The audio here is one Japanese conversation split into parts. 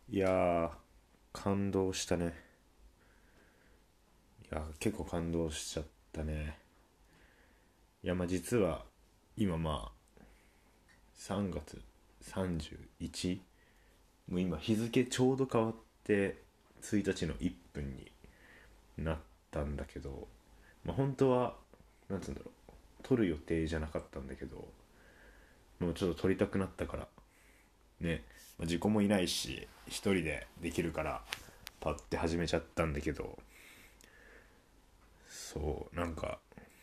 いやー、感動したね。いやー、結構感動しちゃったね。いや、まあ実は、今3月31、もう今日付ちょうど変わって1日の1分になったんだけど、まあ本当は、なんつうんだろう、撮る予定じゃなかったんだけど、もうちょっと撮りたくなったからね、まあ、自己もいないし一人でできるからパッて始めちゃったんだけど、そうなんか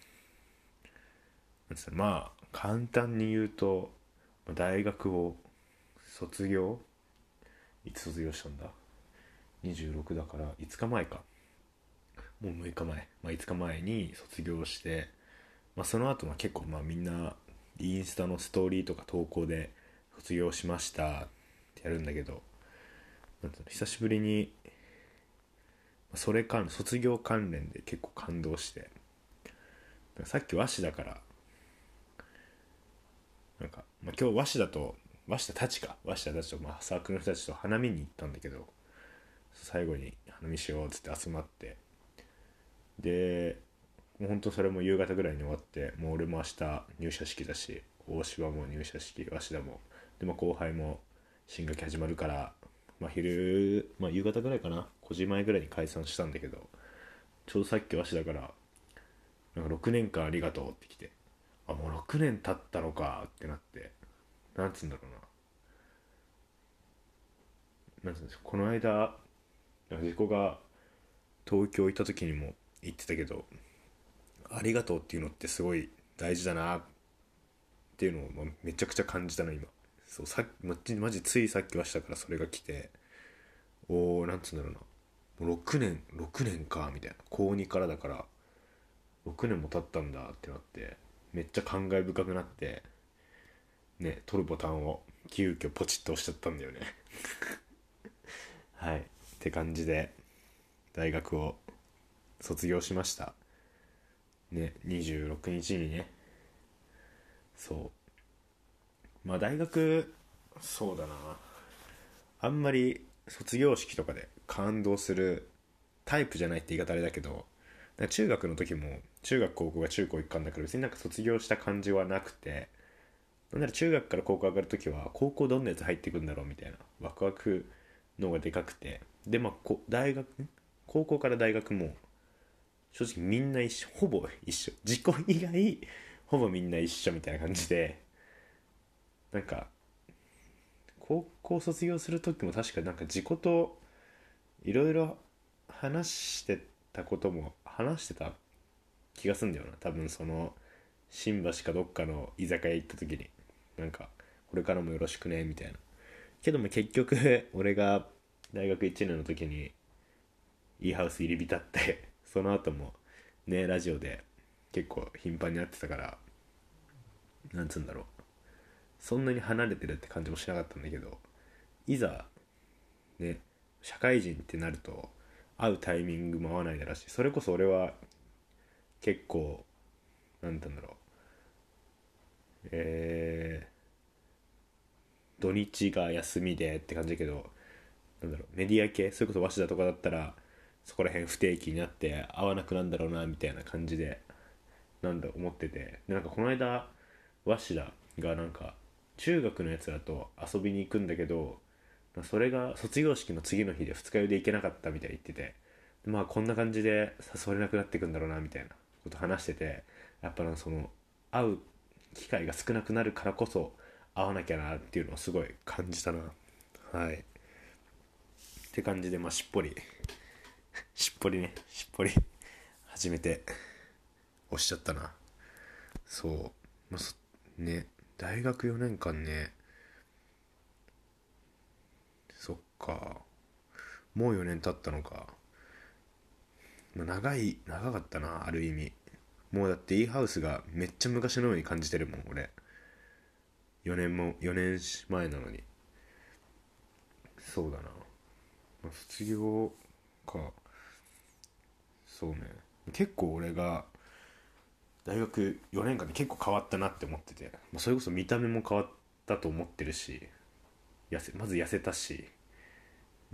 まあ簡単に言うと、大学を卒業、いつ卒業したんだ、26だから5日前か、もう6日前、5日前に卒業して、その後は結構みんなインスタのストーリーとか投稿で卒業しましたってやるんだけど、久しぶりにそれ関卒業関連で結構感動して、さっき和紙だから今日和紙田たちと、サークルの人たちと花見に行ったんだけど、最後に花見しようっつって集まって、でもうほんとそれも夕方ぐらいに終わって、もう俺も明日入社式だし、大柴も入社式、早稲田もで、後輩も新学期始まるから、夕方ぐらいかな、5時前ぐらいに解散したんだけど、ちょうどさっき早稲田から6年間ありがとうって来て、あ、もう6年経ったのかってなって、なんつうんだろうな、なんつうんですか、この間自己が東京行った時にも言ってたけど、ありがとうっていうのってすごい大事だなっていうのをめちゃくちゃ感じたの今。そう、マジついさっきはしたからそれが来て、おー、なんつうんだろうな、もう6年かみたいな、高2からだから6年も経ったんだってなって、めっちゃ感慨深くなってね、撮るボタンを急遽ポチッと押しちゃったんだよね。はいって感じで大学を卒業しましたね、26日にね。大学、そうだな、あんまり卒業式とかで感動するタイプじゃないって言い方あれだけど、中学の時も中学高校が中高一貫だから別に卒業した感じはなくて、なんなら中学から高校上がる時は高校どんなやつ入ってくんだろうみたいなワクワクのがでかくて、で大学高校から大学も正直みんな一緒、ほぼ一緒、自己以外ほぼみんな一緒みたいな感じで、なんか高校卒業する時も確か自己といろいろ話してたことも話してた気がすんだよな、多分その新橋かどっかの居酒屋行った時に、これからもよろしくねみたいな。けども結局俺が大学1年の時に e ハウス入り浸ってその後もねラジオで結構頻繁になってたから、なんつうんだろう、そんなに離れてるって感じもしなかったんだけど、いざね社会人ってなると会うタイミングも合わないだろうし、それこそ俺は結構なんて言うんだろう、土日が休みでって感じだけど、メディア系、それこそ早稲田とかだったらそこら辺不定期になって会わなくなんだろうなみたいな感じで思ってて、でこの間早稲田が中学のやつらと遊びに行くんだけど、それが卒業式の次の日で二日酔いで行けなかったみたいに言ってて、こんな感じで誘われなくなっていくんだろうなみたいなこと話してて、やっぱその会う機会が少なくなるからこそ会わなきゃなっていうのをすごい感じたな。はいって感じで、しっぽりしっぽり初めて押しちゃったな。そう、ね、大学4年間ね、そっか、もう4年経ったのか。長かったな、ある意味。もうだって e ハウスがめっちゃ昔のように感じてるもん俺。4年前なのに。そうだな、卒業か。そうね、結構俺が大学4年間で結構変わったなって思ってて、それこそ見た目も変わったと思ってるし、まず痩せたし、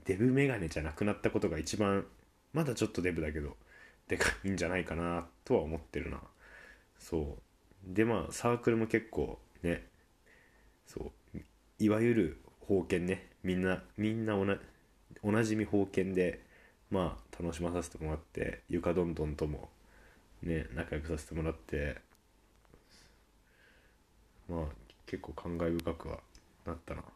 デブメガネじゃなくなったことが一番、まだちょっとデブだけどでかいんじゃないかなとは思ってるな。そうで、まあサークルも結構ね、そういわゆる封建ね、みんなおなじみ封建で、まあ楽しまさせてもらって、ゆかどんどんともね仲良くさせてもらって、まあ結構感慨深くはなったな。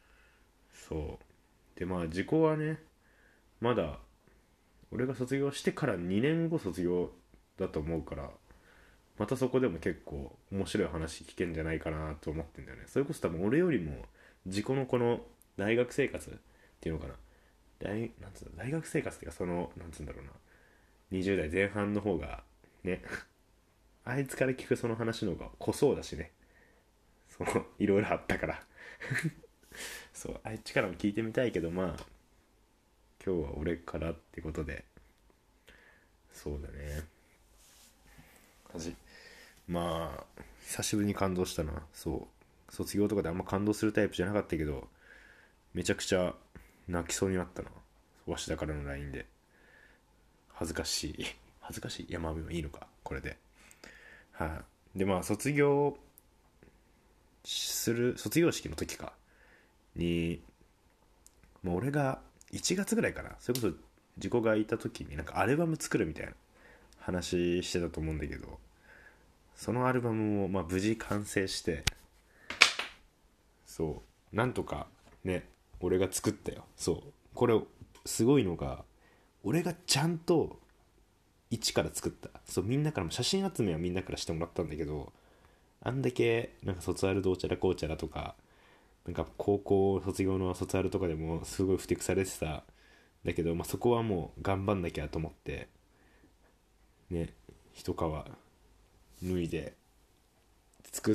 そうで、まあ時効はね、まだ俺が卒業してから2年後卒業だと思うから、またそこでも結構面白い話聞けんじゃないかなと思ってんだよね。それこそ多分俺よりも自己のこの大学生活っていうのかな、なんつうの、大学生活っていうか、そのなんつうんだろうな、20代前半の方がねあいつから聞くその話の方が濃そうだしね、そのいろいろあったからそう、あいつからも聞いてみたいけど、まあ今日は俺からってことで、そうだね、まあ久しぶりに感動したな。そう卒業とかであんま感動するタイプじゃなかったけど、めちゃくちゃ泣きそうになったな。わしだからの LINE で恥ずかしい恥ずかしい、いやまあいいのかこれで。はい、あ、でまあ卒業式の時かに、もう俺が1月ぐらいかな、それこそ自己がいた時になんかアルバム作るみたいな話してたと思うんだけど、そのアルバムもまあ無事完成して、そうなんとかね、俺が作ったよ。そうこれすごいのが、俺がちゃんと一から作った。そう、みんなからも写真集めはみんなからしてもらったんだけど、あんだけなんか卒アルどうちゃらこうちゃらとか、なんか高校卒業の卒アルとかでもすごいふてくされてた。だけど、まあ、そこはもう頑張んなきゃと思ってね、一皮脱いで作って、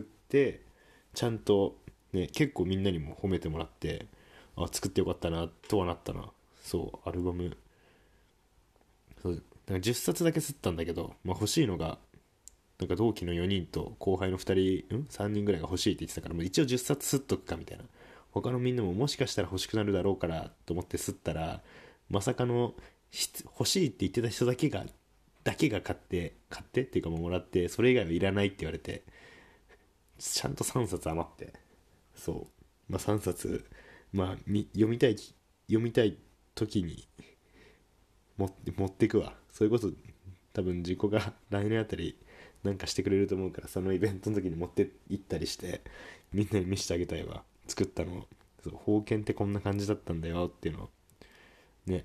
ちゃんとね結構みんなにも褒めてもらって、あ作ってよかったなとはなったな。そうアルバム、そうなんか10冊だけ吸ったんだけど、まあ、欲しいのがなんか同期の4人と後輩の2人3人ぐらいが欲しいって言ってたから、もう一応10冊吸っとくかみたいな、他のみんなももしかしたら欲しくなるだろうからと思って吸ったら、まさかの欲しいって言ってた人だけが買ってっていうかもらって、それ以外はいらないって言われて、ちゃんと3冊余って、そうまあ3冊、まあ読みたい時に持ってくわ。それこそ多分自己が来年あたりなんかしてくれると思うから、そのイベントの時に持って行ったりしてみんなに見せてあげたいわ、作ったの。そう封建ってこんな感じだったんだよっていうのね。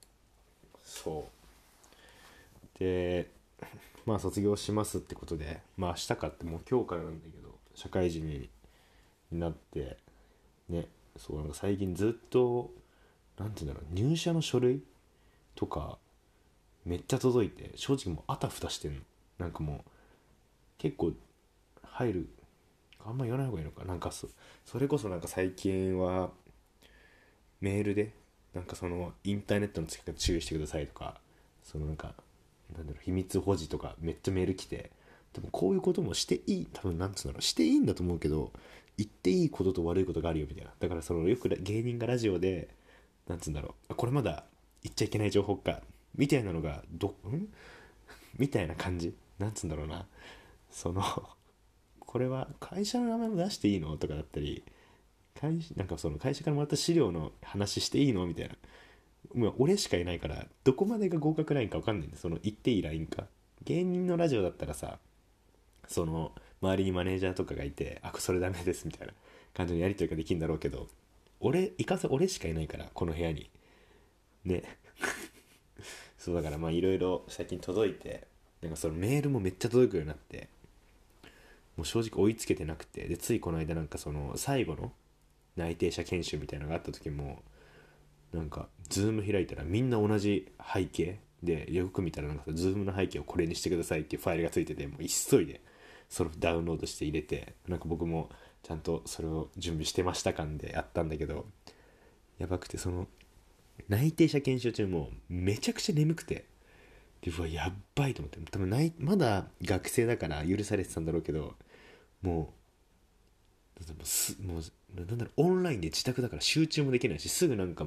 そうで、まあ卒業しますってことで、まあ明日かってもう今日からなんだけど社会人になってね。そうなんか最近ずっとなんて言うんだろう、入社の書類とかめっちゃ届いて、正直もうあたふたしてんの。なんかもう結構入る、あんま言わない方がいいのか、なんかそれこそなんか最近はメールでなんかそのインターネットの使い方注意してくださいとか、そのなんかなんだろう、秘密保持とかめっちゃメール来て、でもこういうこともしていい、多分なんつうんだろう、していいんだと思うけど、言っていいことと悪いことがあるよみたいな。だからそのよく芸人がラジオでなんつうんだろう、これまだ言っちゃいけない情報かみたいなのがみたいな感じ、なんつうんだろうな、そのこれは会社の名前も出していいのとかだったり、なんかその会社からもらった資料の話していいのみたいな。もう俺しかいないからどこまでが合格ラインか分かんないんで、その言っていいラインか。芸人のラジオだったらさ、その周りにマネージャーとかがいて、あそれダメですみたいな感じのやり取りができるんだろうけど、俺しかいないからこの部屋にね。そうだからまあいろいろ最近届いて、なんかそのメールもめっちゃ届くようになって、もう正直追いつけてなくて、でついこの間なんかその最後の内定者研修みたいなのがあった時も、なんかズーム開いたらみんな同じ背景で、よく見たらなんかズームの背景をこれにしてくださいっていうファイルがついてて、もう急いでそれをダウンロードして入れて、なんか僕もちゃんとそれを準備してました感でやったんだけど、やばくて、その内定者研修中もめちゃくちゃ眠くて、でうわやっばいと思って、多分まだ学生だから許されてたんだろうけど、ももうなんだろう、オンラインで自宅だから集中もできないし、すぐなんか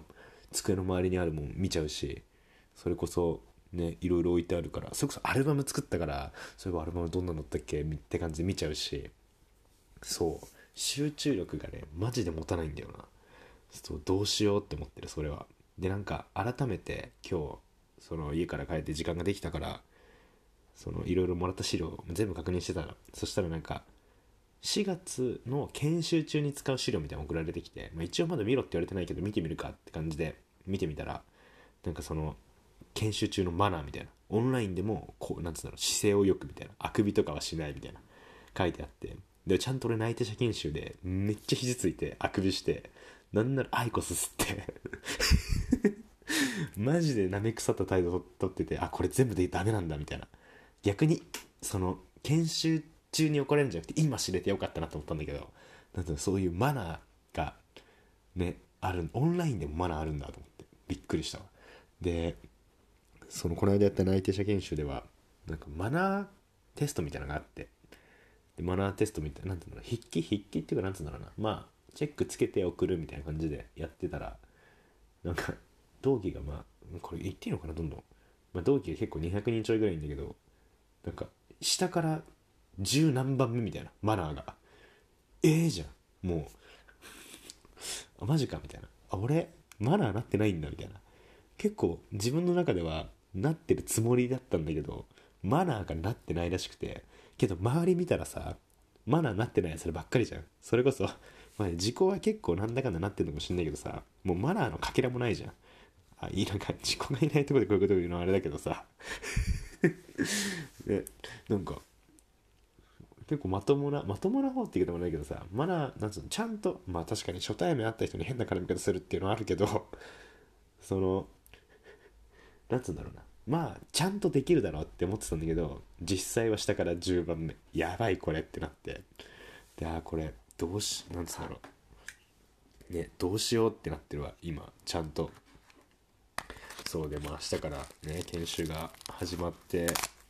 机の周りにあるもん見ちゃうし、それこそねいろいろ置いてあるから、それこそアルバム作ったから、そういえばアルバムどんなのだったっけって感じで見ちゃうし、そう集中力がねマジで持たないんだよな。そうどうしようって思ってる、それは。でなんか改めて今日その家から帰って時間ができたから、そのいろいろもらった資料を全部確認してたら、そしたらなんか4月の研修中に使う資料みたいなの送られてきて、一応まだ見ろって言われてないけど見てみるかって感じで見てみたら、なんかその研修中のマナーみたいな、オンラインでもこうなんつうんだろう、姿勢をよくみたいな、あくびとかはしないみたいな書いてあって、でちゃんと俺内定者研修でめっちゃ肘ついてあくびして、なんならアイコス吸ってマジで舐め腐った態度取ってて、あこれ全部でダメなんだみたいな。逆にその研修中に怒られるんじゃなくて今知れてよかったなと思ったんだけど、なんていうの、そういうマナーがねある、オンラインでもマナーあるんだと思ってびっくりしたわ。でそのこの間やった内定者研修ではなんかマナーテストみたいなのがあって、でマナーテストみたいな、なんていうの、筆記っていうかなんつうんだろうな、まあチェックつけて送るみたいな感じでやってたら、なんか同期がこれ言っていいのかな、どんどん、同期が結構200人ちょいぐらいいんだけど、なんか下から十何番目みたいな、マナーがじゃんもう、あマジかみたいな、俺マナーなってないんだみたいな。結構自分の中ではなってるつもりだったんだけど、マナーがなってないらしくて、けど周り見たらさ、マナーなってないやつらばっかりじゃん。それこそ自己は結構なんだかんだなってるのかもしんないけどさ、もうマナーのかけらもないじゃん。なんか自己がいないところでこういうこと言うのはあれだけどさでなんか結構まともな方って言うこともないけどさ、マナーなんつうの、ちゃんと、確かに初対面会った人に変な絡み方するっていうのはあるけど、そのなんつうんだろうな、ちゃんとできるだろうって思ってたんだけど、実際は下から10番目やばいこれってなって、でこれなんつうんだろうね、どうしようってなってるわ今ちゃんと。そうで明日からね研修が始まって、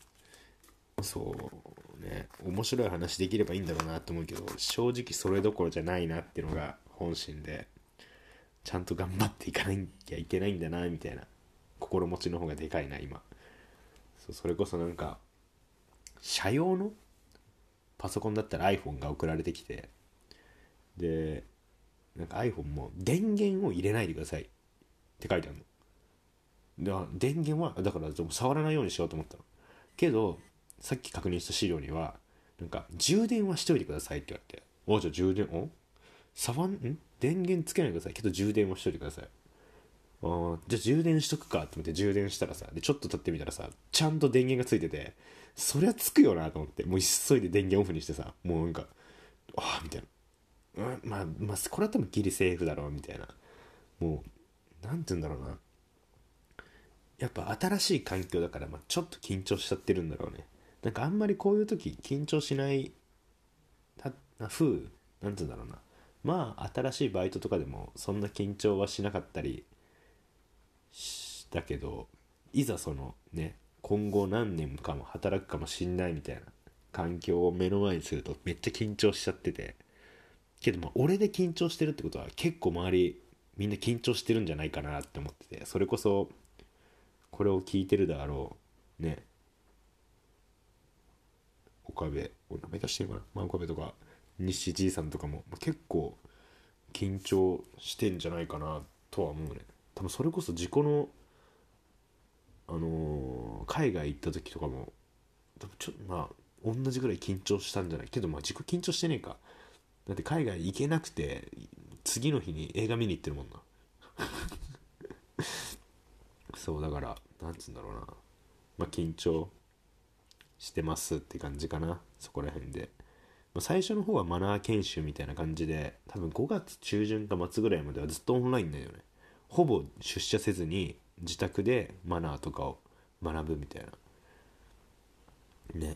そうね面白い話できればいいんだろうなと思うけど、正直それどころじゃないなっていうのが本心で、ちゃんと頑張っていかなきゃいけないんだなみたいな心持ちの方がでかいな今。それこそなんか社用のパソコンだったら iPhone が送られてきて、でなんか iPhone も電源を入れないでくださいって書いてあるの。電源はだから触らないようにしようと思ったのけど、さっき確認した資料にはなんか充電はしといてくださいって言われて、じゃあ充電電源つけないでくださいけど充電はしといてください。じゃあ充電しとくかと思って充電したらさ、でちょっと経ってみたらさ、ちゃんと電源がついてて、そりゃつくよなと思って、もう急いで電源オフにしてさ、もうなんかみたいな、これは多分ギリセーフだろうみたいな。もうなんて言うんだろうな、やっぱ新しい環境だから、ちょっと緊張しちゃってるんだろうね。なんかあんまりこういう時緊張しない風なんて言うんだろうな、新しいバイトとかでもそんな緊張はしなかったりだけど、いざそのね今後何年かも働くかもしんないみたいな環境を目の前にするとめっちゃ緊張しちゃってて、けど俺で緊張してるってことは結構周りみんな緊張してるんじゃないかなって思ってて、それこそこれを聞いてるだろうね岡部、名前出してるかな、岡部とか西じいさんとかも結構緊張してんじゃないかなとは思うね。多分それこそ自己の海外行った時とかも多分同じぐらい緊張したんじゃないけど、自己緊張してねえか。だって海外行けなくて次の日に映画見に行ってるもんなそうだからなんつうんだろうな、緊張してますって感じかな、そこら辺で。最初の方はマナー研修みたいな感じで、多分5月中旬か末ぐらいまではずっとオンラインだよね。ほぼ出社せずに自宅でマナーとかを学ぶみたいなね。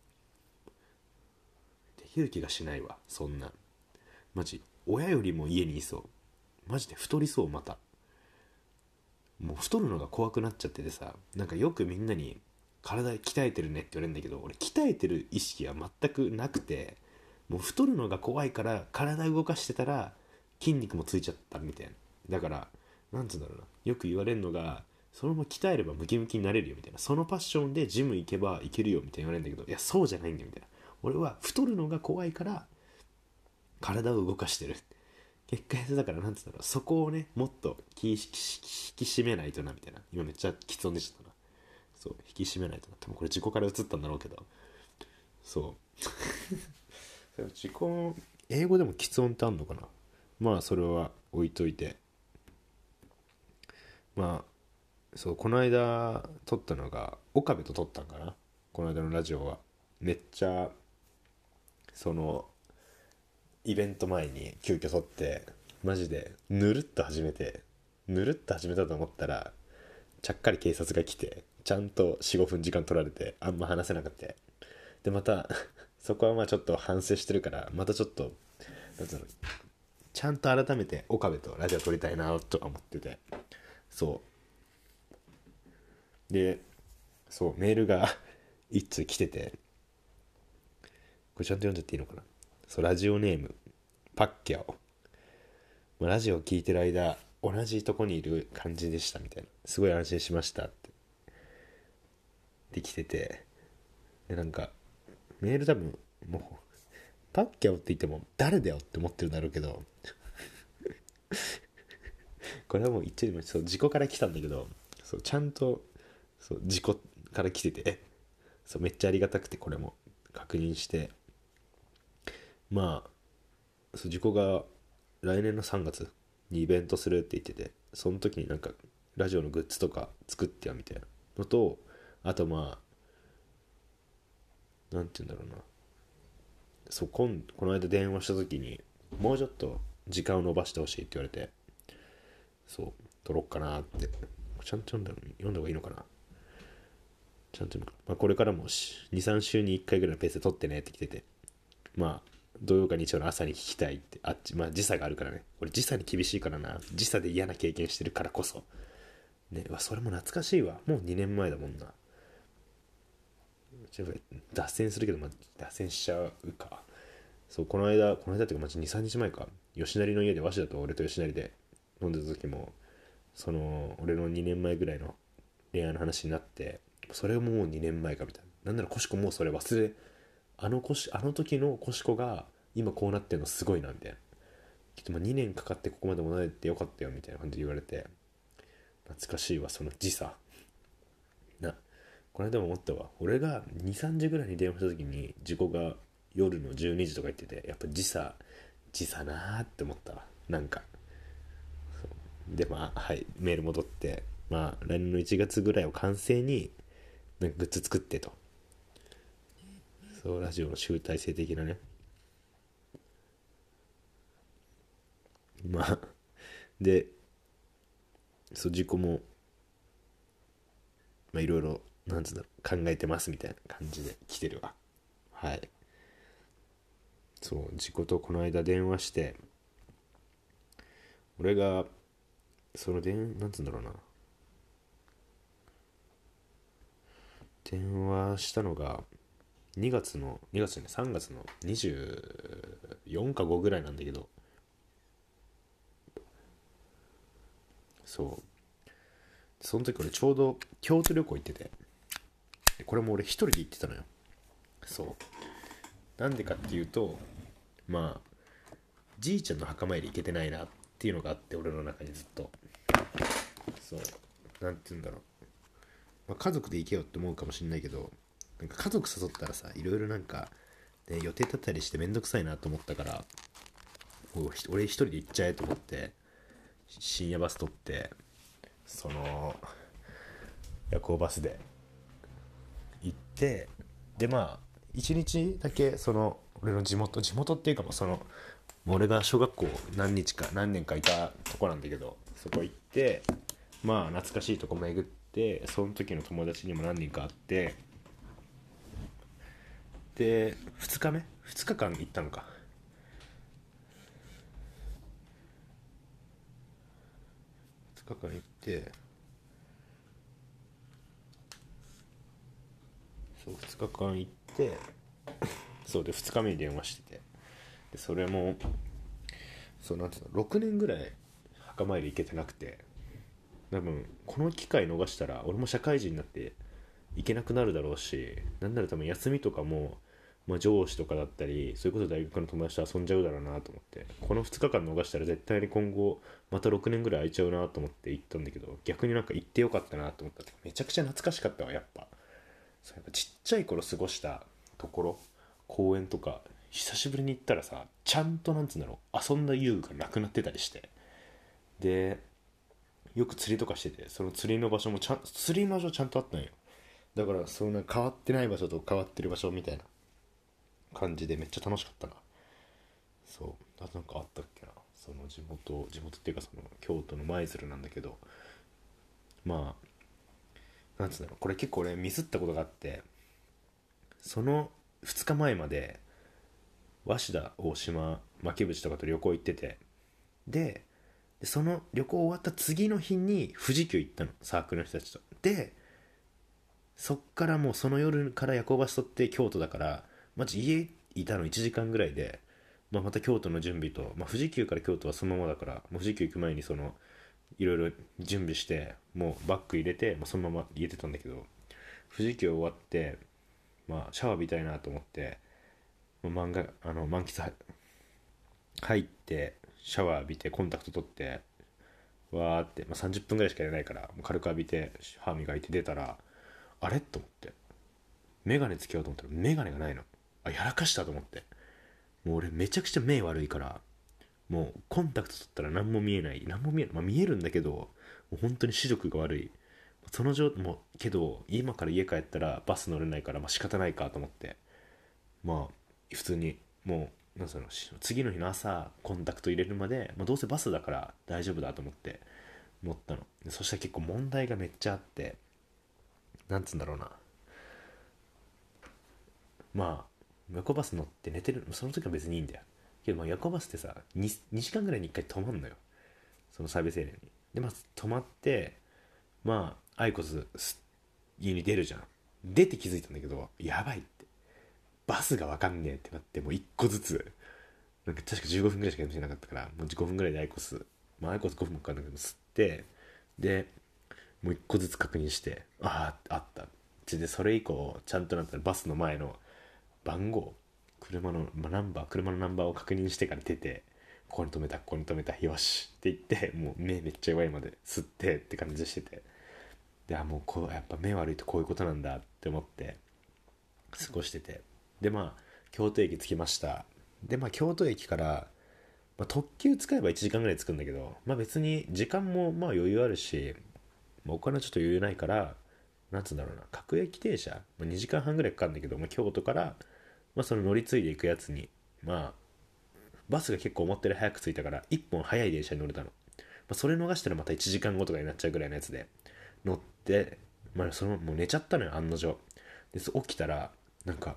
できる気がしないわそんな。マジ親よりも家にいそう。マジで太りそう。またもう太るのが怖くなっちゃっててさ、なんかよくみんなに体鍛えてるねって言われるんだけど、俺鍛えてる意識は全くなくて、もう太るのが怖いから体動かしてたら筋肉もついちゃったみたいな。だからなんつうんだろうな、よく言われるのが、そのまま鍛えればムキムキになれるよみたいな、そのパッションでジム行けばいけるよみたいな言われるんだけど、いやそうじゃないんだよみたいな。俺は太るのが怖いから体を動かしてる。結果やつだから、なんつうんだろう、そこをねもっと引き締めないとなみたいな。今めっちゃきつ音でしたな。そう引き締めないとな。多分これ自己から移ったんだろうけど、そう自己英語でもきつ音ってあんのかな。まあそれは置いといて、まあそうこの間撮ったのが岡部と撮ったんかな。この間のラジオはめっちゃそのイベント前に急遽撮って、マジでぬるっと始めたと思ったら、ちゃっかり警察が来てちゃんと4、5分時間取られて、あんま話せなくて、でまたそこはまあちょっと反省してるから、またちょっとなんつうの、ちゃんと改めて岡部とラジオ撮りたいなとか思ってて、でそうメールが一通来てて、これちゃんと読んじゃっていいのかな。そうラジオネームパッキャオ、ラジオ聞いてる間同じとこにいる感じでしたみたいな、すごい安心しましたってできてて、でなんかメール多分もうパッキャオって言っても誰だよって思ってるんだろうけどこれはもう言っちゃいました。そう自己から来たんだけど、そうちゃんとそう自己から来てて、そうめっちゃありがたくて、これも確認して、まあそう自己が来年の3月にイベントするって言ってて、その時になんかラジオのグッズとか作ってよみたいなのと、あとまあなんて言うんだろうな、そうこの間電話した時にもうちょっと時間を延ばしてほしいって言われて、そう撮ろっかなって。ちゃんと読んだ方がいいのかな。ちゃんと、まあ、これからも2、3週に1回ぐらいのペースで撮ってねって来てて、まあ土曜か日曜の朝に聞きたいって、あっちまあ時差があるからね、俺時差に厳しいからな、時差で嫌な経験してるからこそね。それも懐かしいわ、もう2年前だもんな。脱線するけど、まあ、脱線しちゃうか。そうこの間っていうか、まあ、2、3日前か、吉成の家で鷲田と俺と吉成で飲んでた時も、その俺の2年前ぐらいの恋愛の話になって、それももう2年前かみたいな、なんならコシコもうそれ忘れ、あの時のコシコが今こうなってるのすごいなみたいな、きっとまあ2年かかってここまでもなれてよかったよみたいな感じで言われて、懐かしいわその時差な。この間も思ったわ、俺が2、3時ぐらいに電話した時に事故が夜の12時とか言ってて、やっぱ時差なーって思ったわ。なんかでまあはいメール戻って、まあ来年の1月ぐらいを完成になんかグッズ作ってと、そうラジオの集大成的なね、まあでそう自己もまあいろいろなんつうんだろう考えてますみたいな感じで来てるわ。はい。そう自己とこの間電話して、俺がそのなんつうんだろうな、電話したのが2月ね3月の24か5ぐらいなんだけど、その時俺ちょうど京都旅行行ってて、これも俺一人で行ってたのよ。なんでかっていうと、まあじいちゃんの墓参り行けてないなっていうのがあって、俺の中にずっと、なんて言うんだろう、まあ、家族で行けよって思うかもしれないけど、なんか家族誘ったらさ、いろいろなんか、ね、予定立ったりしてめんどくさいなと思ったから、俺一人で行っちゃえと思って深夜バス取って、その夜行バスで行って、でまあ一日だけその俺の地元っていうか、もうその俺が小学校何年かいたとこなんだけど、そこ行って、まあ懐かしいとこ巡って、その時の友達にも何人か会って、で2日間行ったのか。2日間行って、2日間行ってそうで2日目に電話してて、でそれもなんていうの、6年ぐらい墓参り行けてなくて、 多分この機会逃したら俺も社会人になって行けなくなるだろうし、なんなら多分休みとかも、上司とかだったりそういうことで大学の友達と遊んじゃうだろうなと思って、この2日間逃したら絶対に今後また6年ぐらい空いちゃうなと思って行ったんだけど、逆になんか行ってよかったなと思ったって。めちゃくちゃ懐かしかったわ。やっぱそう、やっぱちっちゃい頃過ごしたところ、公園とか久しぶりに行ったらさ、ちゃんとなんつうんだろう、遊んだ遊具がなくなってたりして、でよく釣りとかしてて、その釣りの場所も釣りの場所ちゃんとあったんよ。だからそんな変わってない場所と変わってる場所みたいな感じでめっちゃ楽しかったな。そう、あとなんかあったっけな。その地元っていうかその京都の舞鶴なんだけど、まなんつうんだろう、これ結構俺ミスったことがあって、その2日前まで鷲田大島牧淵とかと旅行行ってて、でその旅行終わった次の日に富士急行ったの、サークルの人たちと。でそっからもうその夜から夜行バス取って京都だから、マジ家いたの1時間ぐらいで、また京都の準備と、富士急から京都はそのままだから、もう富士急行く前にそのいろいろ準備して、もうバッグ入れて、そのまま入れてたんだけど、富士急終わって、シャワー浴びたいなと思って、満喫入ってシャワー浴びてコンタクト取ってわーって、30分ぐらいしかやれないからもう軽く浴びて歯磨いて出たら、あれと思ってメガネつけようと思ったらメガネがないの。やらかしたと思って、もう俺めちゃくちゃ目悪いから、もうコンタクト取ったら何も見えない、見えるんだけど、もう本当に視力が悪い。その状態もうけど今から家帰ったらバス乗れないから、仕方ないかと思って、普通にもうなんその次の日の朝コンタクト入れるまで、どうせバスだから大丈夫だと思って乗ったの。そしたら結構問題がめっちゃあって、なんつうんだろうな、夜行バス乗って寝てる、その時は別にいいんだよけど、夜行バスってさ 2時間ぐらいに1回止まんのよ、そのサービスエリアに。で止まって、アイコス家に出るじゃん。出て気づいたんだけど、やばいって、バスがわかんねえってなって、もう1個ずつ、なんか確か15分ぐらいしかやってなかったから、もう5分ぐらいでアイコス、アイコス5分かかんないけど吸って、でもう1個ずつ確認して、あった。でそれ以降ちゃんとなったらバスの前の番号、車のナンバーを確認してから出て、ここに止めた、ここに止めた、よしって言って、もう目めっちゃ弱いまで吸ってって感じでしてて、でもうやっぱ目悪いとこういうことなんだって思って過ごしてて、で京都駅着きました。で京都駅から、特急使えば1時間ぐらい着くんだけど、別に時間も余裕あるし、お金ちょっと余裕ないから、なんつうんだろうな、各駅停車、2時間半ぐらいかかるんだけど、京都から、その乗り継いでいくやつに、バスが結構思ったより早く着いたから1本早い電車に乗れたの。それ逃したらまた1時間後とかになっちゃうぐらいのやつで乗って、そのもう寝ちゃったのよ、案の定。で起きたらなんか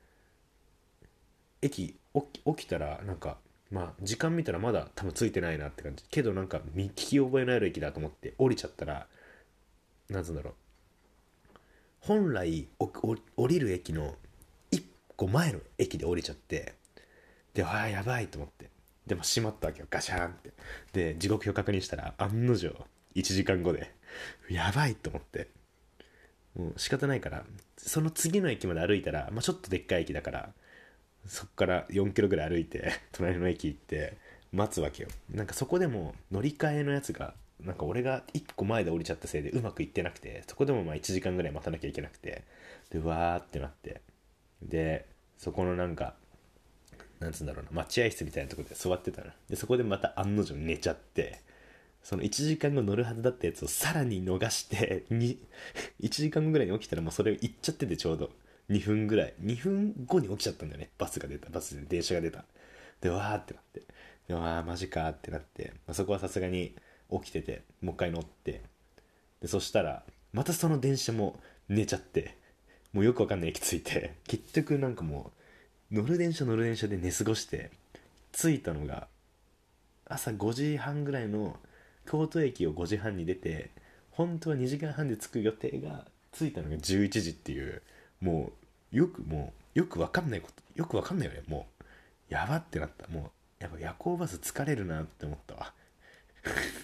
起きたらなんか、時間見たらまだ多分ついてないなって感じけど、なんか聞き覚えのある駅だと思って降りちゃったら、なんつうんだろう、本来降りる駅の1個前の駅で降りちゃって、でやばいと思って、でも閉まったわけよ、ガシャーンって。で時刻表確認したら案の定1時間後で、やばいと思って、もう仕方ないから、その次の駅まで歩いたら、ちょっとでっかい駅だから、そっから4キロぐらい歩いて隣の駅行って待つわけよ。なんかそこでも乗り換えのやつが、なんか俺が1個前で降りちゃったせいでうまくいってなくて、そこでも1時間ぐらい待たなきゃいけなくて、でわーってなって、でそこのなんか、なんつうんだろうな、待合室みたいなところで座ってたの。でそこでまた案の定寝ちゃって、その1時間後乗るはずだったやつをさらに逃して1時間後ぐらいに起きたらもうそれ行っちゃってて、ちょうど2分後に起きちゃったんだよね。バスで電車が出た。でわーってなって、でマジかーってなって、そこはさすがに起きててもう一回乗って、でそしたらまたその電車も寝ちゃって、もうよくわかんない駅着いて、結局なんかもう乗る電車で寝過ごして、着いたのが朝5時半ぐらいの、京都駅を5時半に出て、本当は2時間半で着く予定が着いたのが11時っていう、もうよくわかんないこと、よくわかんないよね。もうやばってなった。もうやっぱ夜行バス疲れるなって思ったわ。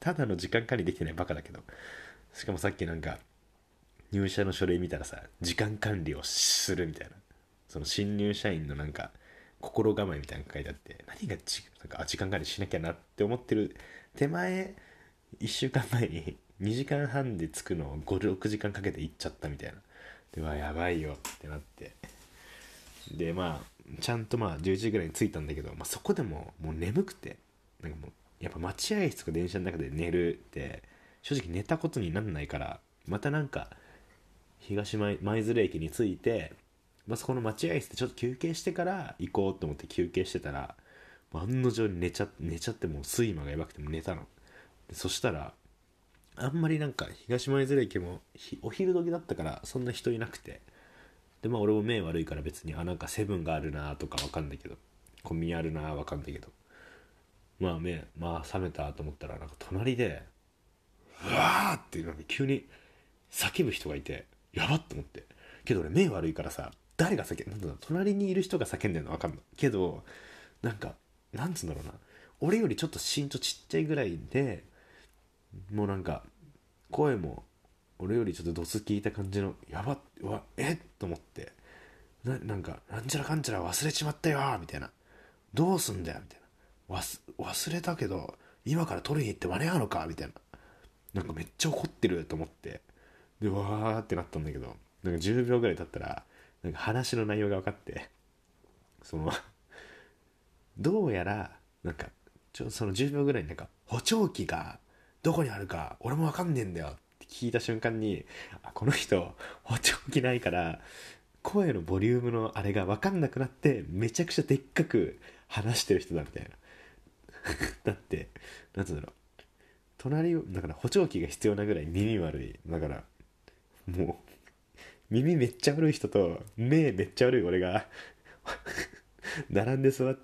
ただの時間管理できてないバカだけど、しかもさっきなんか入社の書類見たらさ、時間管理をするみたいな、その新入社員のなんか心構えみたいなのが書いてあって、何がなんか時間管理しなきゃなって思ってる手前、1週間前に2時間半で着くのを5、6時間かけて行っちゃったみたいな。で、やばいよってなって、でまあちゃんとまあ11時ぐらいに着いたんだけど、そこでももう眠くて、なんかもうやっぱ待合室とか電車の中で寝るって正直寝たことになんないから、またなんか東舞鶴駅に着いて、そこの待合室でちょっと休憩してから行こうと思って休憩してたら、案の定に寝ちゃってもう睡魔がやばくても寝たの。でそしたらあんまりなんか東舞鶴駅もお昼時だったからそんな人いなくて、で俺も目悪いから別になんかセブンがあるなとかわかんないけど、コンビニあるなわかんないけど、目覚めたと思ったら、なんか隣でうわーってなんか急に叫ぶ人がいて、やばっと思って。けど俺目悪いからさ、誰がなんだろう、隣にいる人が叫んでるのわかんないけど、なんかなんつうんだろうな、俺よりちょっと身長ちっちゃいぐらいで、もうなんか声も俺よりちょっとドス聞いた感じの、やばっ、と思って、なんかなんちゃらかんちゃら忘れちまったよみたいな、どうすんだよみたいな、忘れたけど今から取りに行って間に合うのかみたいな、なんかめっちゃ怒ってると思って、でわーってなったんだけど、なんか10秒ぐらい経ったらなんか話の内容が分かって、そのどうやらなんかその10秒ぐらいになんか補聴器がどこにあるか俺も分かんねえんだよって聞いた瞬間に、この人補聴器ないから声のボリュームのあれが分かんなくなってめちゃくちゃでっかく話してる人だみたいな。だってなんつうんだろう、だから補聴器が必要なぐらい耳悪いだから、もう耳めっちゃ悪い人と目めっちゃ悪い俺が並んで座って、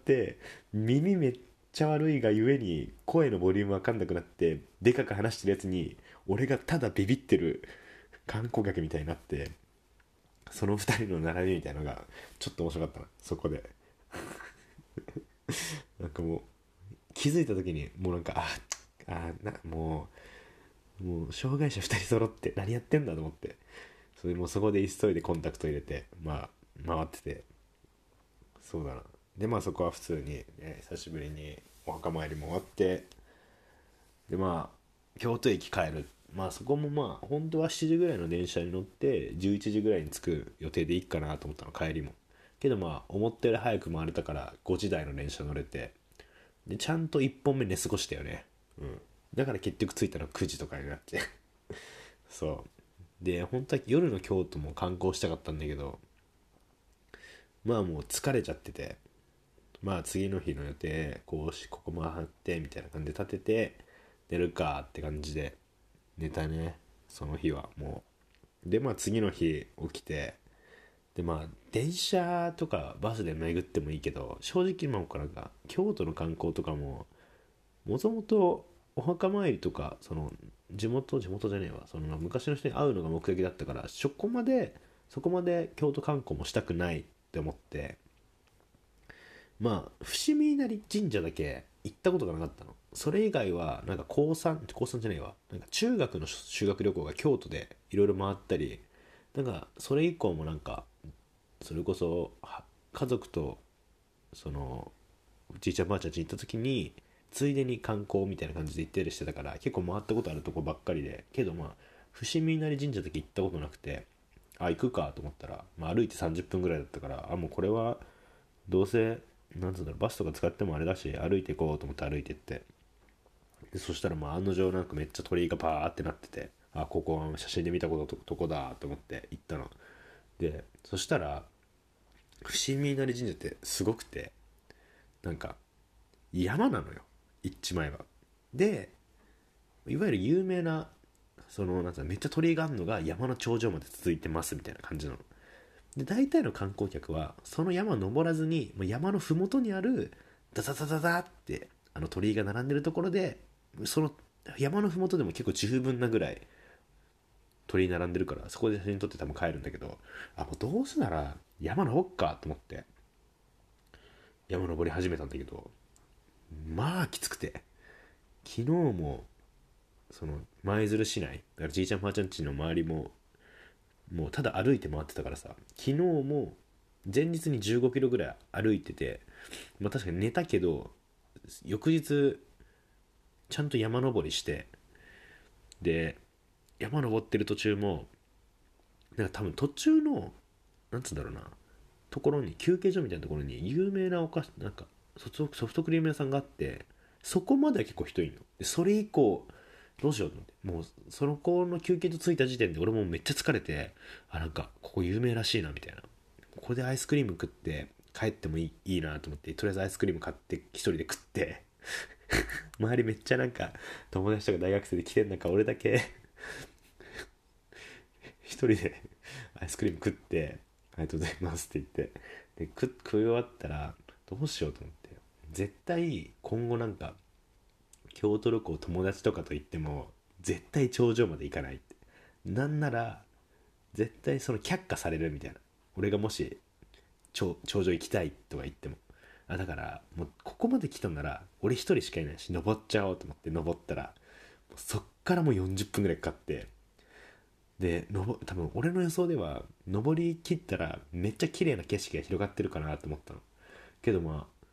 耳めっちゃ悪いがゆえに声のボリュームわかんなくなってでかく話してるやつに、俺がただビビってる観光客みたいになって、その二人の並びみたいなのがちょっと面白かったな、そこで。なんかもう気づいた時にもうなんかもう障害者2人揃って何やってんだと思って、もうそこで急いでコンタクト入れて回ってて、そうだな。でそこは普通に、久しぶりにお墓参りも終わって、で京都駅帰る。そこも本当は7時ぐらいの電車に乗って11時ぐらいに着く予定でいいかなと思ったの、帰りも。けど思ったより早く回れたから5時台の電車乗れて、でちゃんと1本目寝過ごしたよね。だから結局着いたの9時とかになってそうで、本当は夜の京都も観光したかったんだけど、もう疲れちゃってて、次の日の予定ここ回ってみたいな感じで立てて寝るかって感じで寝たね、その日はもう。で次の日起きて、で電車とかバスで巡ってもいいけど、正直なんか京都の観光とかももともとお墓参りとか、その地元じゃねえわ、その昔の人に会うのが目的だったから、そこまで京都観光もしたくないって思って、伏見稲荷神社だけ行ったことがなかったの。それ以外はなんか高3じゃねえわ、なんか中学の修学旅行が京都でいろいろ回ったり、なんかそれ以降もなんかそれこそ家族とそのじいちゃんばあちゃん家に行った時についでに観光みたいな感じで行ったりしてたから、結構回ったことあるとこばっかりで、けど伏見稲荷神社だけ行ったことなくて、行くかと思ったら、歩いて30分ぐらいだったから、もうこれはどうせなんつうんだろう、バスとか使ってもあれだし歩いていこうと思って歩いてって、でそしたら案の定なんかめっちゃ鳥居がパーってなってて、ここは写真で見たとこだと思って行ったの。でそしたら伏見稲荷神社ってすごくて、なんか山なのよ、行っちまえば。でいわゆる有名なそのなんつうの、めっちゃ鳥居があるのが山の頂上まで続いてますみたいな感じなの。で大体の観光客はその山を登らずに山の麓にあるダダダダダって鳥居が並んでるところで、その山の麓でも結構十分なぐらい鳥居並んでるから、そこで写真撮って多分帰るんだけど、もうどうせなら山登っかと思って山登り始めたんだけど、きつくて、昨日もその舞鶴市内だからじいちゃんばあちゃん家の周りももうただ歩いて回ってたからさ、昨日も前日に15キロぐらい歩いてて、まあ確かに寝たけど翌日ちゃんと山登りして、で山登ってる途中もなんか多分途中のなんつうんだろうなところに休憩所みたいなところに有名なお菓子なんかソフトクリーム屋さんがあって、そこまでは結構人いるので、それ以降どうしようと思って、もうその子の休憩所着いた時点で俺もめっちゃ疲れて、あなんかここ有名らしいなみたいな、ここでアイスクリーム食って帰ってもいいなと思って、とりあえずアイスクリーム買って一人で食って周りめっちゃなんか友達とか大学生で来てん中俺だけ一人でアイスクリーム食ってありがとうございますって言って、で食い終わったらどうしようと思って、絶対今後なんか京都旅行友達とかと行っても絶対頂上まで行かないって、なんなら絶対その却下されるみたいな、俺がもし頂上行きたいとか言っても、だからもうここまで来たんなら俺一人しかいないし登っちゃおうと思って登ったら、もうそっからもう40分ぐらいかかって、で多分俺の予想では登り切ったらめっちゃ綺麗な景色が広がってるかなと思ったのけど、まあ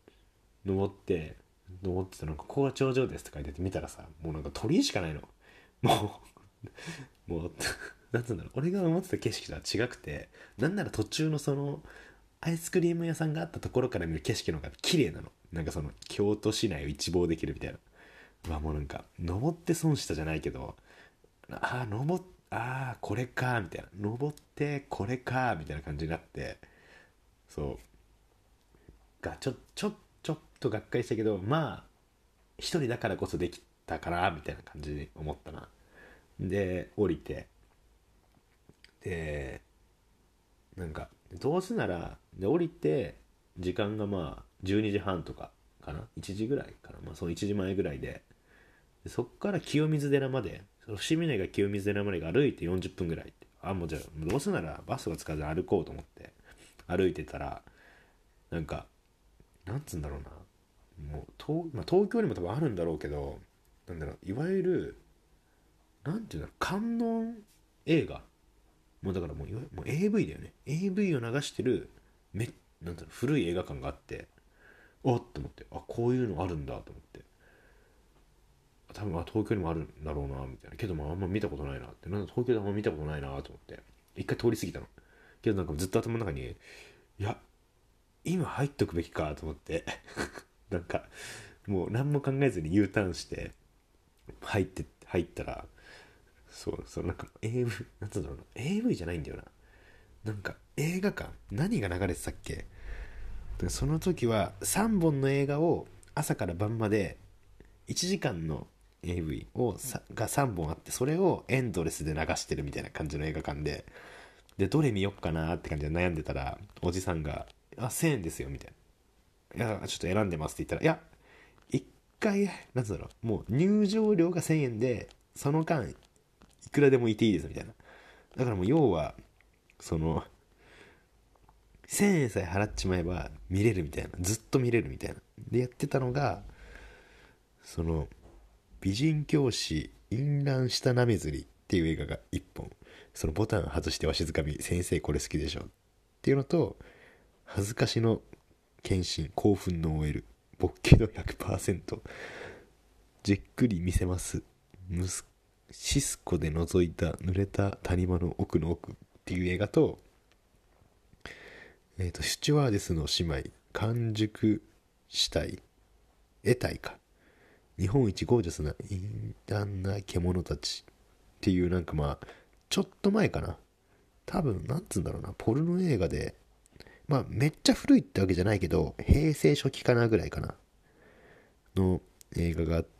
登ってたらここが頂上ですって書いてて見たらさ、もうなんか鳥居しかないの。ももうなんつうんだろう、俺が思ってた景色とは違くて、なんなら途中のそのアイスクリーム屋さんがあったところから見る景色の方が綺麗なの。なんかその京都市内を一望できるみたいな。うわもうなんか登って損したじゃないけど、これかみたいな、登ってこれかみたいな感じになって、そうちょっとがっかりしたけど、まあ一人だからこそできたかなみたいな感じに思ったな。で降りて、でなんかどうせならで降りて時間がまあ12時半とかかな、1時ぐらいかな、まあその1時前ぐらいでそっから清水寺まで、その伏見稲が清水寺までが歩いて40分ぐらいって、もうじゃあどうせならバスが使わずに歩こうと思って歩いてたら、なんかなんつうんだろうな、もう東京にも多分あるんだろうけど、なんだろう、いわゆるなんていうんだろう、観音映画、もうだからもういわゆるもう AV だよね、 AV を流してるなんだろう古い映画館があって、おっと思って、こういうのあるんだと思って、多分東京にもあるんだろうなみたいな、けどあんま見たことないなって、なんだ東京であんま見たことないなと思って一回通り過ぎたの。けどなんかずっと頭の中に、いや今入っとくべきかと思ってなんかもう何も考えずに U ターンして入ったら、そうなんか AV なんつうんだろうな、 AV じゃないんだよな、なんか映画館何が流れてたっけ。その時は3本の映画を朝から晩まで1時間の AV が3本あって、それをエンドレスで流してるみたいな感じの映画館でどれ見よっかなって感じで悩んでたら、おじさんが1000円ですよみたいな、いやちょっと選んでますって言ったら、いや一回なんつうんだろう、もう入場料が1000円でその間いくらでもいていいですみたいな、だからもう要はその1000円さえ払っちまえば見れるみたいな、ずっと見れるみたいなでやってたのが、その美人教師淫乱したなめずりっていう映画が1本、そのボタン外してわしづかみ先生これ好きでしょっていうのと、恥ずかしの献身興奮の OL ボッケ度100%じっくり見せますシスコで覗いた濡れた谷間の奥の奥っていう映画と、シュチュワーデスの姉妹完熟死体得体か、日本一ゴージャスな淫乱な獣たちっていう、なんかまあちょっと前かな、多分なんつうんだろうな、ポルノ映画で、まあめっちゃ古いってわけじゃないけど平成初期かなぐらいかなの映画があって、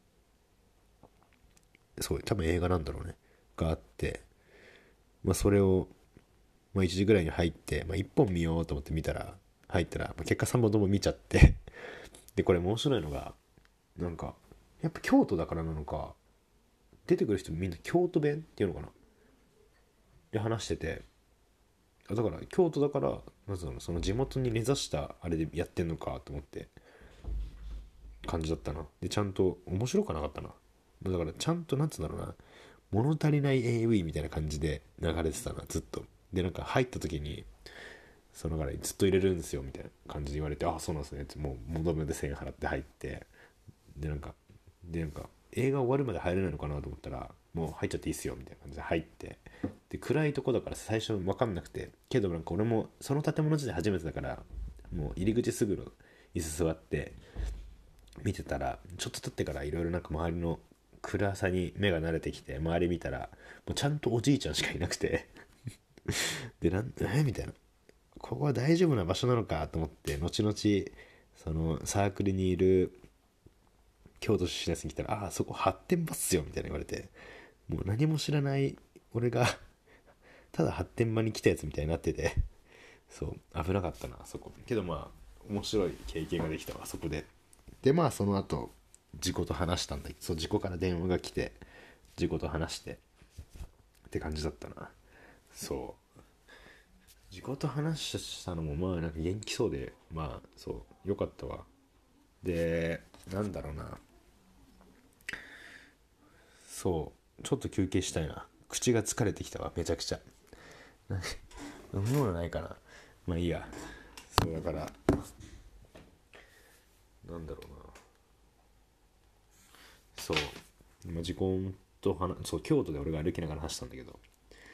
そう多分映画なんだろうねがあって、まあそれを、まあ、1時ぐらいに入って、まあ、1本見ようと思って見たら入ったら、まあ、結果3本とも見ちゃってでこれ面白いのが、なんかやっぱ京都だからなのか、出てくる人みんな京都弁っていうのかなで話してて、だから京都だからなんつうの、その地元に根ざしたあれでやってんのかと思って感じだったな。でちゃんと面白くなかったな、 だからちゃんとなんつうんだろうな、物足りない AV みたいな感じで流れてたな、ずっと。でなんか入った時にそのからずっと入れるんですよみたいな感じで言われて、あ、そうなんですねって、もう元々で1000円払って入って、でなんか映画終わるまで入れないのかなと思ったら、もう入っちゃっていいっすよみたいな感じで入って、で暗いとこだから最初分かんなくて、けどなんか俺もその建物自体初めてだから、もう入り口すぐの椅子座って見てたら、ちょっと経ってからいろいろなんか周りの暗さに目が慣れてきて周り見たら、もうちゃんとおじいちゃんしかいなくてでみたいな、ここは大丈夫な場所なのかと思って、後々そのサークルにいる京都出身のやつに来たら、ああそこ発展場っすよみたいな言われて、もう何も知らない俺がただ発展場に来たやつみたいになってて、そう危なかったなあそこ。けどまあ面白い経験ができたわ、あそこで。でまあその後事故と話したんだけど、そう事故から電話が来て事故と話してって感じだったな。そう事故と話したのもまあなんか元気そうで、まあそうよかったわ。でなんだろうな、そうちょっと休憩したいな。口が疲れてきたわ、めちゃくちゃ。飲み物ないかな。まあいいや。そうだからなんだろうな、そう、時間とそう京都で俺が歩きながら話したんだけど、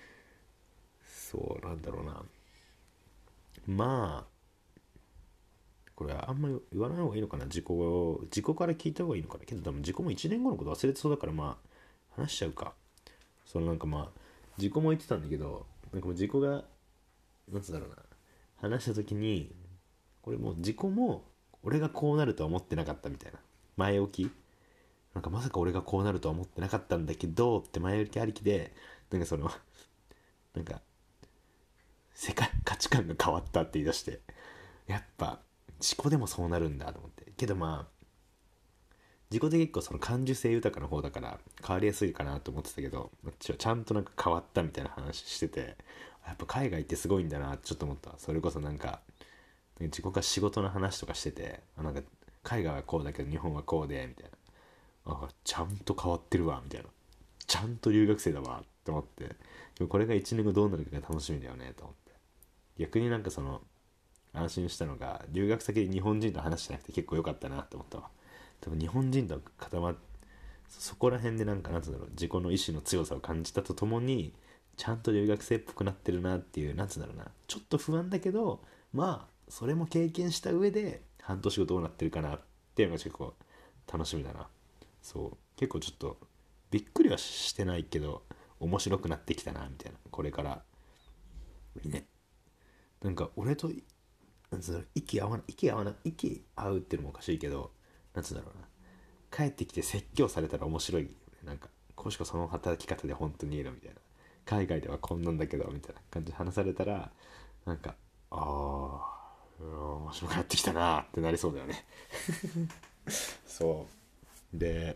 そうなんだろうな、まあこれあんまり言わない方がいいのかな、事故から聞いた方がいいのかな。けど多分事故も1年後のこと忘れてそうだから、まあ話しちゃうか。そのなんかまあ事故も言ってたんだけど、なんかもう事故がなんつうんだろうな、話した時に、これもう事故も俺がこうなるとは思ってなかったみたいな、前置き、なんかまさか俺がこうなるとは思ってなかったんだけどって前置きありきで、なんかそのなんか価値観が変わったって言い出して、やっぱ事故でもそうなるんだと思って。けどまあ自己で結構その感受性豊かな方だから変わりやすいかなと思ってたけど、ちゃんとなんか変わったみたいな話してて、やっぱ海外ってすごいんだなってちょっと思った。それこそなんか自己が仕事の話とかしてて、なんか海外はこうだけど日本はこうでみたいな、ちゃんと変わってるわみたいな、ちゃんと留学生だわって思って、でもこれが1年後どうなるかが楽しみだよねと思って。逆になんかその安心したのが、留学先で日本人と話してなくて結構良かったなって思ったわ。多分日本人と固まっそこら辺でなんかなんつうんだろう、自己の意志の強さを感じたとともに、ちゃんと留学生っぽくなってるなっていう、なんつうんだろうな、ちょっと不安だけど、まあそれも経験した上で半年後どうなってるかなっていうのが結構楽しみだな。そう結構ちょっとびっくりはしてないけど面白くなってきたなみたいな、これからね。なんか俺となんつうの、息合うっていうのもおかしいけど、なんつうんだろうな、帰ってきて説教されたら面白いよね。なんかこうしかその働き方で本当にいいのみたいな、海外ではこんなんだけどみたいな感じで話されたら、なんか面白くなってきたなってなりそうだよね。そうで、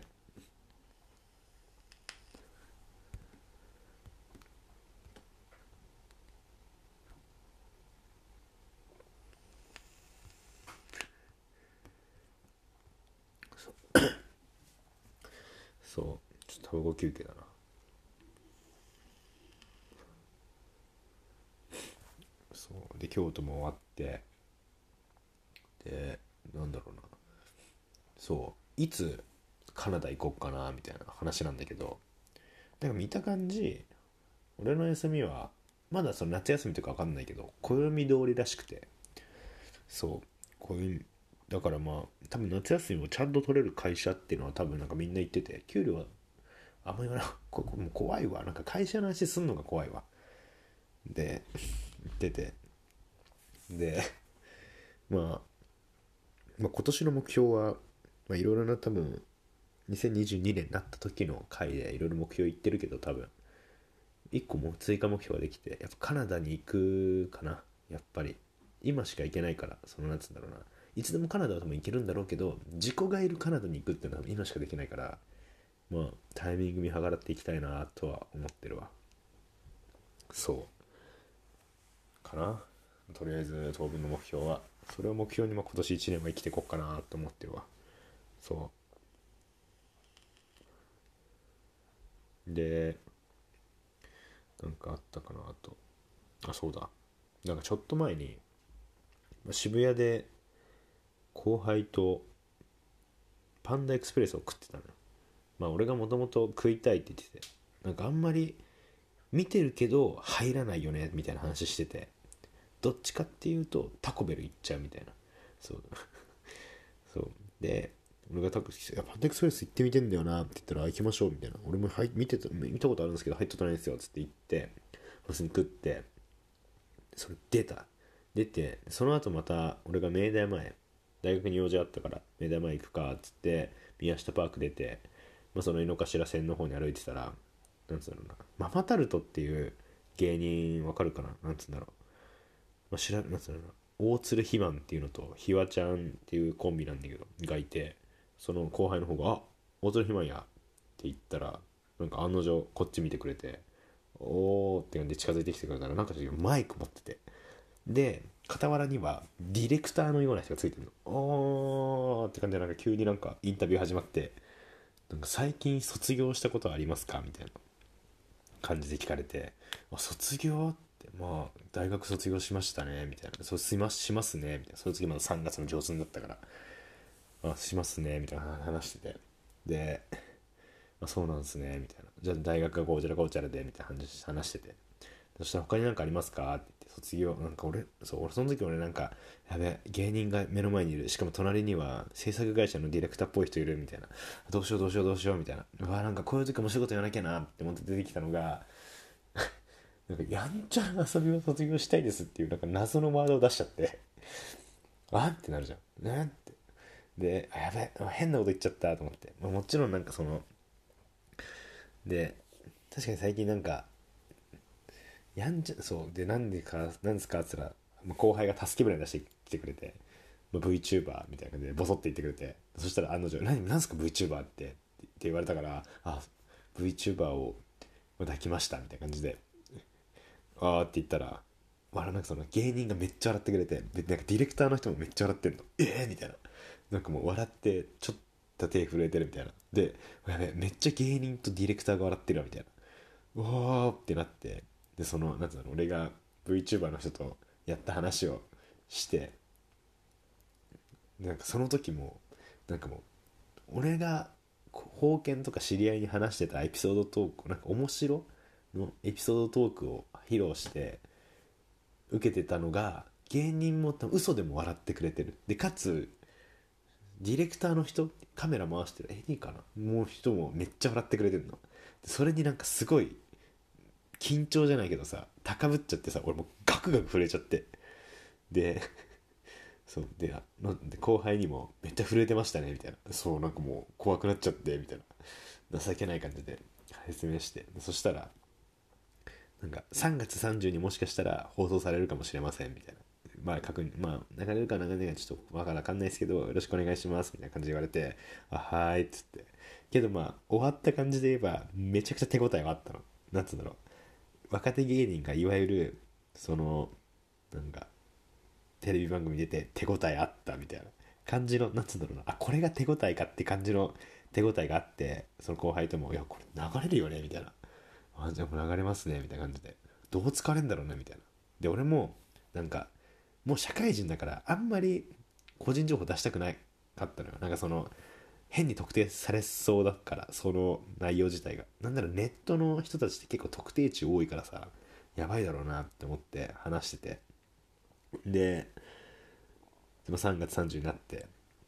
そうちょっとタバコ休憩だな。そうで京都も終わって、でなんだろうな、そういつカナダ行こっかなみたいな話なんだけど、なんか見た感じ俺の休みはまだその夏休みとか分かんないけど暦通りらしくて、そう暦だからまあ多分夏休みもちゃんと取れる会社っていうのは多分なんかみんな言ってて、給料はあんまり言わない、もう怖いわ、なんか会社の話すんのが怖いわ。で言ってて、でまあ今年の目標は、いろいろな多分2022年になった時の回でいろいろ目標言ってるけど、多分1個も追加目標ができて、やっぱカナダに行くかな。やっぱり今しか行けないから、そのなんつうんだろうな、いつでもカナダは多分行けるんだろうけど、自己がいるカナダに行くっていうのは今しかできないから、まあタイミング見計らっていきたいなとは思ってるわ。そうかな。とりあえず当分の目標はそれを目標に、今年1年は生きていこうかなと思ってるわ。そでなんかあったかなあと。そうだ、なんかちょっと前に渋谷で後輩とパンダエクスプレスを食ってたのよ。俺がもともと食いたいって言ってて、なんかあんまり見てるけど入らないよねみたいな話してて、どっちかっていうとタコベル行っちゃうみたいな。そうそうで、俺がパンダエクスプレス行ってみてんだよなって言ったら、行きましょうみたいな。俺も見たことあるんですけど入ったことないんですよっつって言って、普通に食って、それ出て、その後また俺が明大前、大学に用事あったから明大前行くかっつって宮下パーク出て、その井の頭線の方に歩いてたら、なんつうんだろうな、ママタルトっていう芸人わかるかな、なんつうんだろう、なんつうんだろうな、大鶴ひまんっていうのとひわちゃんっていうコンビなんだけどがいて、その後輩の方が大鶴ひまんやって言ったら、なんか案の定こっち見てくれて、おーって感じで近づいてきてくれたら、なんかマイク持ってて、で傍らにはディレクターのような人がついてるの。おーって感じで、なんか急になんかインタビュー始まって、なんか最近卒業したことはありますかみたいな感じで聞かれて、卒業って、大学卒業しましたねみたいな、そうしますねみたいな、その次まだ3月の上旬だったから、しますねみたいな話してて、で、そうなんですねみたいな、じゃあ大学がこうちゃらこうちゃらでみたいな話してて、そしたら他に何かありますかって言って、卒業、なんか俺その時なんか、やべ、芸人が目の前にいる。しかも隣には制作会社のディレクターっぽい人いるみたいな。どうしようどうしようどうしようみたいな。なんかこういう時面白いこと言わなきゃなって思って出てきたのが、なんかやんちゃな遊びを卒業したいですっていうなんか謎のワードを出しちゃって、ってなるじゃん。って。で、やべ、変なこと言っちゃったと思って。もちろんなんかで、確かに最近なんか、やんちゃ、そうで、なんですかって言ったら、後輩が助け舟出してきてくれて、VTuber みたいな感じでボソって言ってくれて、そしたら案の定、なんすか VTuber って言われたから、VTuber を抱きましたみたいな感じで、って言ったら、なんかその芸人がめっちゃ笑ってくれて、でなんかディレクターの人もめっちゃ笑ってんの。みたいな。なんかもう笑ってちょっと手震えてるみたいな。で、やべ、めっちゃ芸人とディレクターが笑ってるわみたいな。ってなって、でなんつうの、俺が VTuber の人とやった話をして、なんかその時もなんかもう俺が封建とか知り合いに話してたエピソードトーク、なんか面白のエピソードトークを披露して受けてたのが、芸人も多分嘘でも笑ってくれてる。でかつディレクターの人、カメラ回してる AD かな、もう人もめっちゃ笑ってくれてるの。それになんかすごい緊張じゃないけどさ、高ぶっちゃってさ、俺もうガクガク震えちゃって、でなんで後輩にもめっちゃ震えてましたねみたいな、なんかもう怖くなっちゃってみたいな情けない感じで説明して、そしたらなんか3月30にもしかしたら放送されるかもしれませんみたいな、流れるか流れないかちょっとわかんないですけどよろしくお願いしますみたいな感じで言われて、はーいっつって、けど終わった感じで言えばめちゃくちゃ手応えはあったの。なんつうんだろう、若手芸人がいわゆるなんかテレビ番組出て手応えあったみたいな感じの、なんつうんだろうな、これが手応えかって感じの手応えがあって、その後輩とも、いやこれ流れるよねみたいな、じゃあもう流れますねみたいな感じで、どう疲れんだろうねみたいな。で俺もなんかもう社会人だからあんまり個人情報出したくないかったのよ。なんか変に特定されそうだから、その内容自体が、なんならネットの人たちって結構特定値多いからさ、やばいだろうなって思って話してて、でも3月30になって、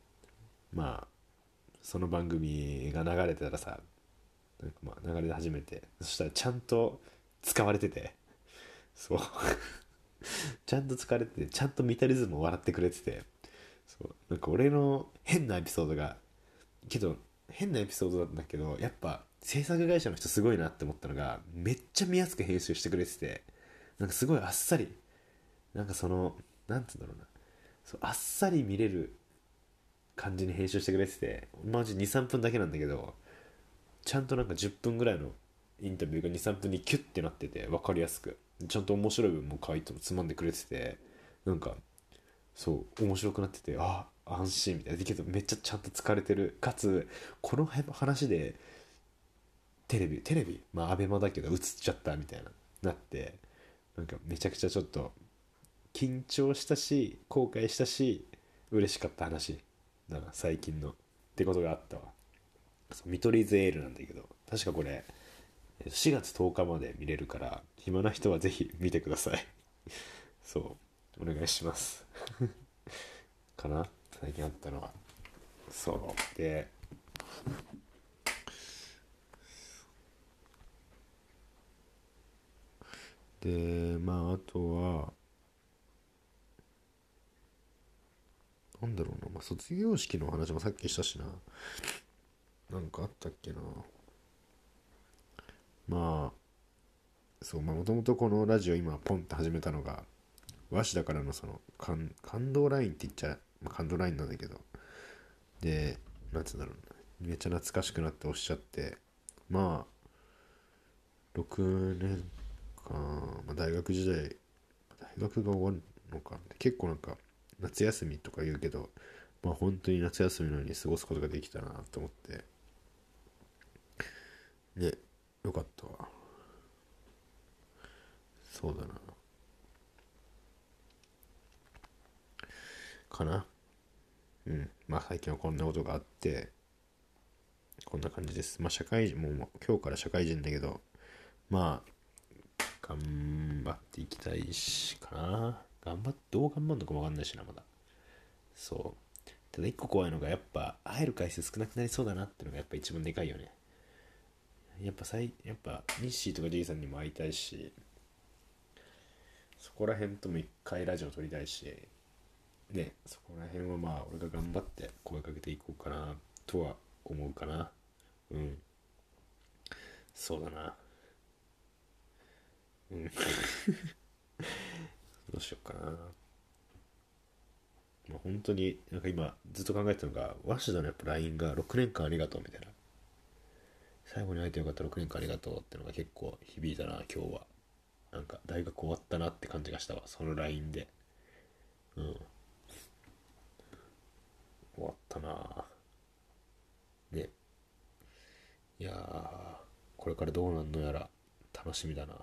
その番組が流れてたらさ、なんか流れ始めて、そしたらちゃんと使われてて、そうちゃんと使われてて、ちゃんと見取り図も笑ってくれてて、なんか俺の変なエピソードが、けど変なエピソードなんだけど、やっぱ制作会社の人すごいなって思ったのが、めっちゃ見やすく編集してくれてて、なんかすごいあっさり、なんかなんつうんだろうな、あっさり見れる感じに編集してくれてて、マジ2、3分だけなんだけど、ちゃんとなんか10分ぐらいのインタビューが2、3分にキュッてなってて分かりやすく、ちゃんと面白い部分も書いてつまんでくれてて、なんか面白くなってて、安心みたいな。けどめっちゃちゃんと疲れてる、かつこの話でテレビまあアベマだけど映っちゃったみたいなって、なんかめちゃくちゃちょっと緊張したし後悔したし嬉しかった話だな最近のってことがあったわ。そう見取り図エールなんだけど、確かこれ4月10日まで見れるから暇な人はぜひ見てください。そうお願いしますかな、最近あったのは。そうでまああとはなんだろうな、まあ、卒業式の話もさっきしたしな。なんかあったっけな。まそうまあもともとこのラジオ今ポンって始めたのが和紙だからのその感動ラインって言っちゃ、まあ、感動ラインなんだけど、でなんつうんだろうな、めっちゃ懐かしくなって押しちゃって、まあ6年間、まあ、大学時代大学が終わるのか結構なんか夏休みとか言うけど、まあ本当に夏休みのように過ごすことができたなと思ってね、よかったわ。そうだな、かな。うんまあ最近はこんなことがあってこんな感じです。まあ社会人もう今日から社会人だけど、まあ頑張っていきたいしかな。どう頑張るのかもわかんないしなまだ。そうただ一個怖いのがやっぱ会える回数少なくなりそうだなってのがやっぱ一番でかいよね。やっぱニッシーとか J さんにも会いたいし、そこら辺とも一回ラジオ撮りたいしね、そこら辺はまあ俺が頑張って声かけていこうかなとは思うかな。うん、そうだな。うん、どうしようかな。まあ、本当になんか今ずっと考えてたのが鷲田のやっぱ LINE が6年間ありがとうみたいな、最後に会えてよかった6年間ありがとうってのが結構響いたな今日は。なんか大学終わったなって感じがしたわその LINE で。うん終わったなね。いやーこれからどうなんのやら楽しみだな。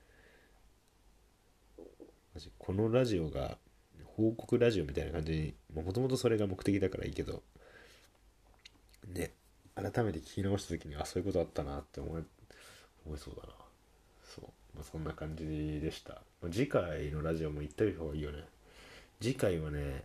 マジこのラジオが報告ラジオみたいな感じにもともとそれが目的だからいいけどね、改めて聞き直した時にそういうことあったなって思いそうだな。そう、まあ、そんな感じでした。まあ、次回のラジオも行った方がいいよね。次回はね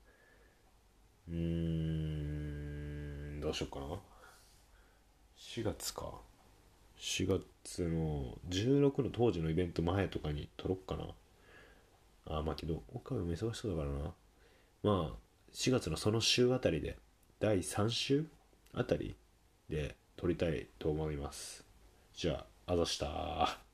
どうしようかな。4月か。4月の16の当時のイベント前とかに撮ろっかな。まあけど岡部も忙しそうだからな。まあ4月のその週あたりで第3週あたりで撮りたいと思います。じゃああざしたー。